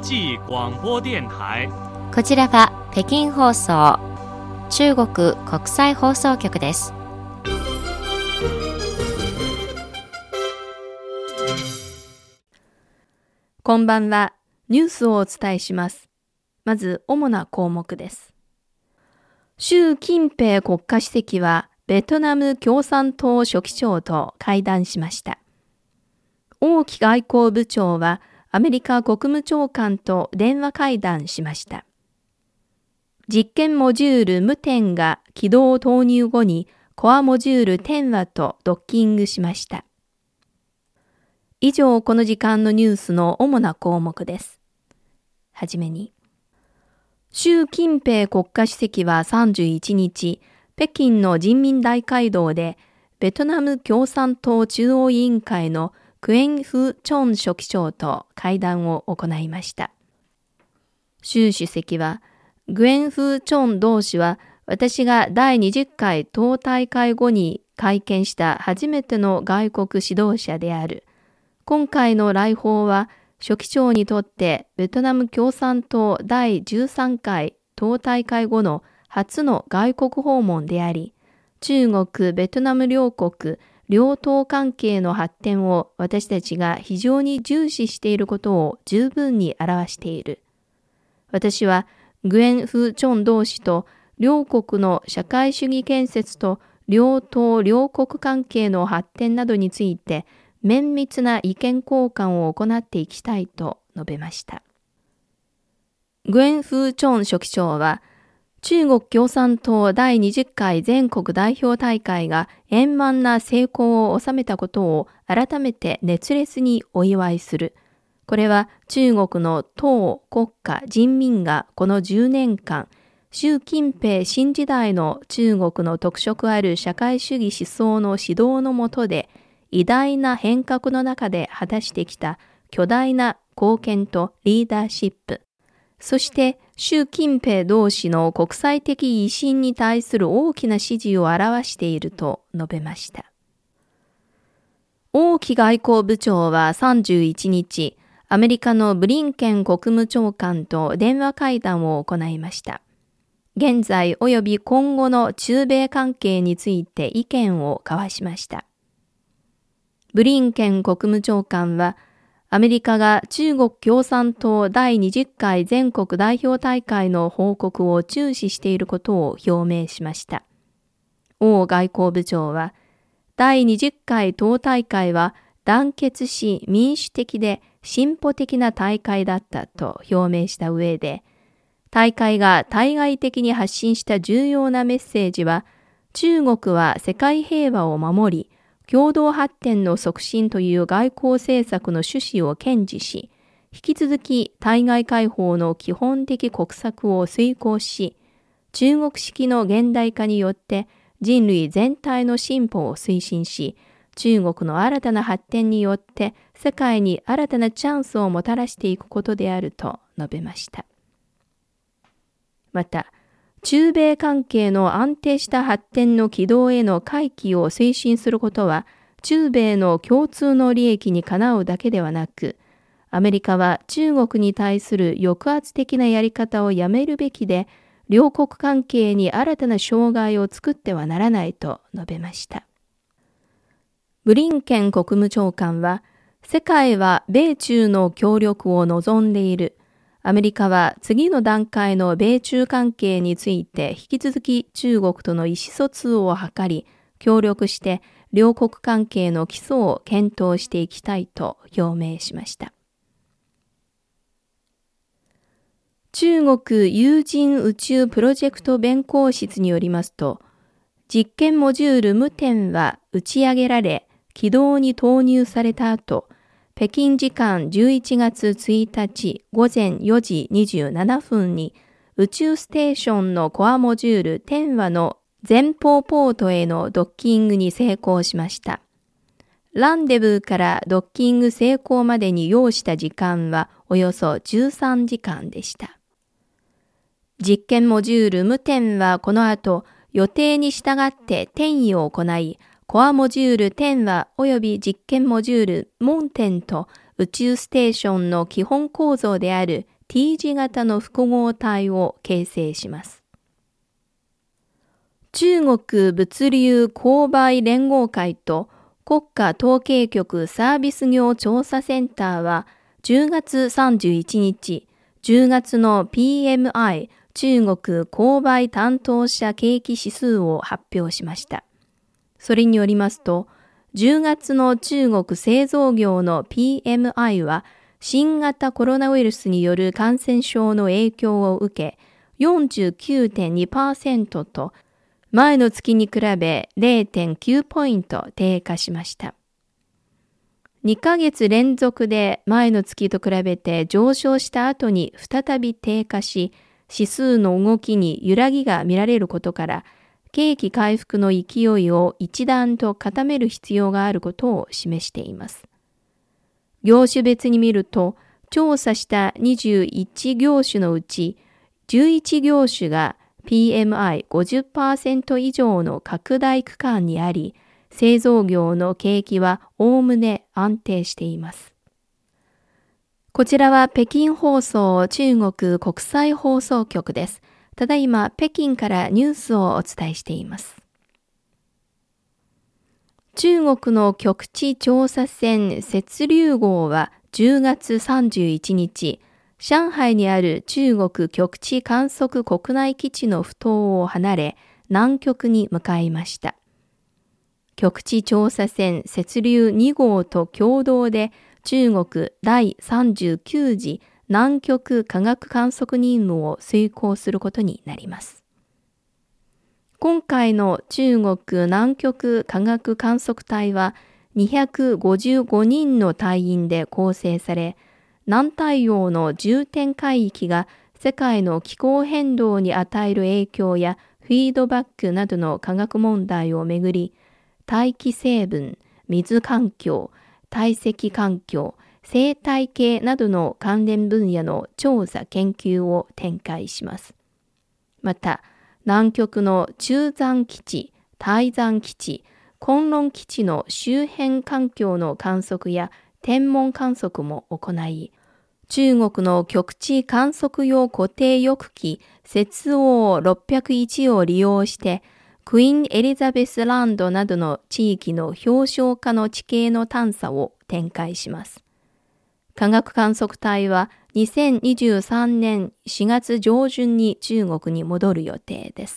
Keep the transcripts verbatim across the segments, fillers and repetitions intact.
際广播電台。 こちらは北京放送、中国国際放送局です。 こんばんは。ニュースをお伝えします。まず主な項目です。習近平国家主席はベトナム共産党書記長と会談しました。王毅外交部長はアメリカ国務長官と電話会談しました。実験モジュールムテンが起動投入後にコアモジュールテンワとドッキングしました。以上、この時間のニュースの主な項目です。はじめに、習近平国家主席はさんじゅういちにち、北京の人民大会堂でベトナム共産党中央委員会のクエン・フ・チョン書記長と会談を行いました。習主席は、グエン・フ・チョン同氏は、私がだいにじゅっかい党大会後に会見した初めての外国指導者である。今回の来訪は、書記長にとってベトナム共産党だいじゅうさんかい党大会後の初の外国訪問であり、中国・ベトナム両国、両党関係の発展を私たちが非常に重視していることを十分に表している。私はグエン・フ・チョン同氏と両国の社会主義建設と両党両国関係の発展などについて綿密な意見交換を行っていきたいと述べました。グエン・フー・チョン書記長は、中国共産党だいにじゅっかい全国代表大会が円満な成功を収めたことを改めて熱烈にお祝いする。これは中国の党、国家、人民がこのじゅうねんかん、習近平新時代の中国の特色ある社会主義思想の指導の下で、偉大な変革の中で果たしてきた巨大な貢献とリーダーシップ、そして習近平同氏の国際的威信に対する大きな支持を表していると述べました。王毅外交部長はさんじゅういちにち、アメリカのブリンケン国務長官と電話会談を行いました。現在及び今後の中米関係について意見を交わしました。ブリンケン国務長官は、アメリカが中国共産党だいにじゅっかい全国代表大会の報告を注視していることを表明しました。王外交部長は、だいにじゅっかい党大会は団結し民主的で進歩的な大会だったと表明した上で、大会が対外的に発信した重要なメッセージは、中国は世界平和を守り、共同発展の促進という外交政策の趣旨を堅持し、引き続き対外開放の基本的国策を遂行し、中国式の現代化によって人類全体の進歩を推進し、中国の新たな発展によって世界に新たなチャンスをもたらしていくことであると述べました。また、中米関係の安定した発展の軌道への回帰を推進することは、中米の共通の利益にかなうだけではなく、アメリカは中国に対する抑圧的なやり方をやめるべきで、両国関係に新たな障害を作ってはならないと述べました。ブリンケン国務長官は、世界は米中の協力を望んでいる。アメリカは次の段階の米中関係について引き続き中国との意思疎通を図り、協力して両国関係の基礎を検討していきたいと表明しました。中国有人宇宙プロジェクト弁公室によりますと、実験モジュールムテンは打ち上げられ、軌道に投入された後、北京時間じゅういちがつついたちごぜんよじにじゅうななふんに宇宙ステーションのコアモジュール天和の前方ポートへのドッキングに成功しました。ランデブーからドッキング成功までに要した時間はおよそじゅうさんじかんでした。実験モジュールムテンはこの後予定に従って転移を行い、コアモジュールテンワ及び実験モジュールモンテンと宇宙ステーションの基本構造である T 字型の複合体を形成します。中国物流購買連合会と国家統計局サービス業調査センターはじゅうがつさんじゅういちにち、じゅうがつの ピーエムアイ 中国購買担当者景気指数を発表しました。それによりますと、じゅうがつの中国製造業の ピーエムアイ は新型コロナウイルスによる感染症の影響を受け よんじゅうきゅうてんにパーセント と前の月に比べ れいてんきゅうポイント低下しました。にかげつ連続で前の月と比べて上昇した後に再び低下し、指数の動きに揺らぎが見られることから、景気回復の勢いを一段と固める必要があることを示しています。業種別に見ると、調査したにじゅういち業種のうち、じゅういち業種が ピーエムアイごじゅっパーセント 以上の拡大区間にあり、製造業の景気はおおむね安定しています。こちらは北京放送中国国際放送局です。ただいま北京からニュースをお伝えしています。中国の極地調査船雪竜号はじゅうがつさんじゅういちにち、上海にある中国極地観測国内基地の埠頭を離れ、南極に向かいました。極地調査船雪竜に号と共同で中国第さんじゅうきゅうじ南極科学観測任務を遂行することになります。今回の中国南極科学観測隊はにひゃくごじゅうごにんの隊員で構成され、南太陽の重点海域が世界の気候変動に与える影響やフィードバックなどの科学問題をめぐり、大気成分、水環境、堆積環境、生態系などの関連分野の調査研究を展開します。また、南極の中山基地、台山基地、昆仑基地の周辺環境の観測や天文観測も行い、中国の極地観測用固定翼機雪王ろっぴゃくいちを利用して、クイーンエリザベスランドなどの地域の氷床下の地形の探査を展開します。科学観測隊はにせんにじゅうさんねんしがつ上旬に中国に戻る予定です。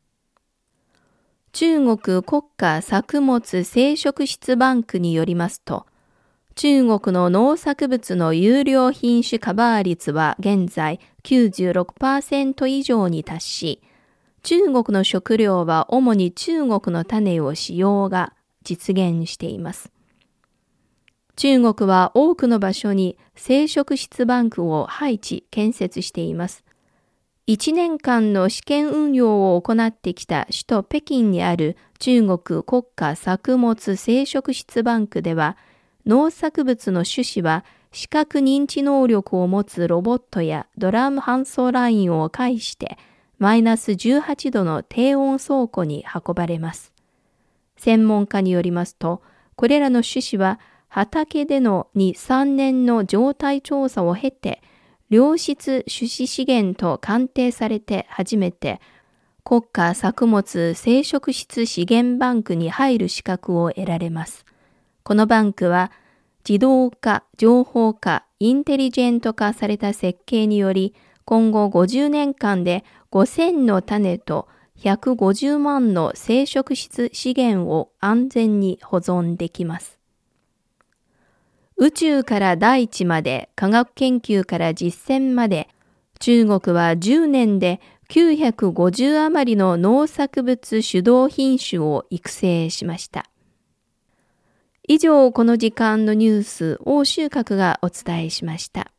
中国国家作物生殖質バンクによりますと、中国の農作物の優良品種カバー率は現在 きゅうじゅうろくパーセント 以上に達し、中国の食料は主に中国の種を使用が実現しています。中国は多くの場所に生殖質バンクを配置、建設しています。いちねんかんの試験運用を行ってきた首都北京にある中国国家作物生殖質バンクでは、農作物の種子は視覚認知能力を持つロボットやドラム搬送ラインを介してマイナスじゅうはちどの低温倉庫に運ばれます。専門家によりますと、これらの種子は畑でのに、さんねんの状態調査を経て、良質種子資源と鑑定されて初めて国家作物生殖質資源バンクに入る資格を得られます。このバンクは自動化、情報化、インテリジェント化された設計により、今後ごじゅうねんかんでごせんの種とひゃくごじゅうまんの生殖質資源を安全に保存できます。宇宙から大地まで、科学研究から実践まで、中国はじゅうねんできゅうひゃくごじゅう余りの農作物主導品種を育成しました。以上、この時間のニュース、欧州閣がお伝えしました。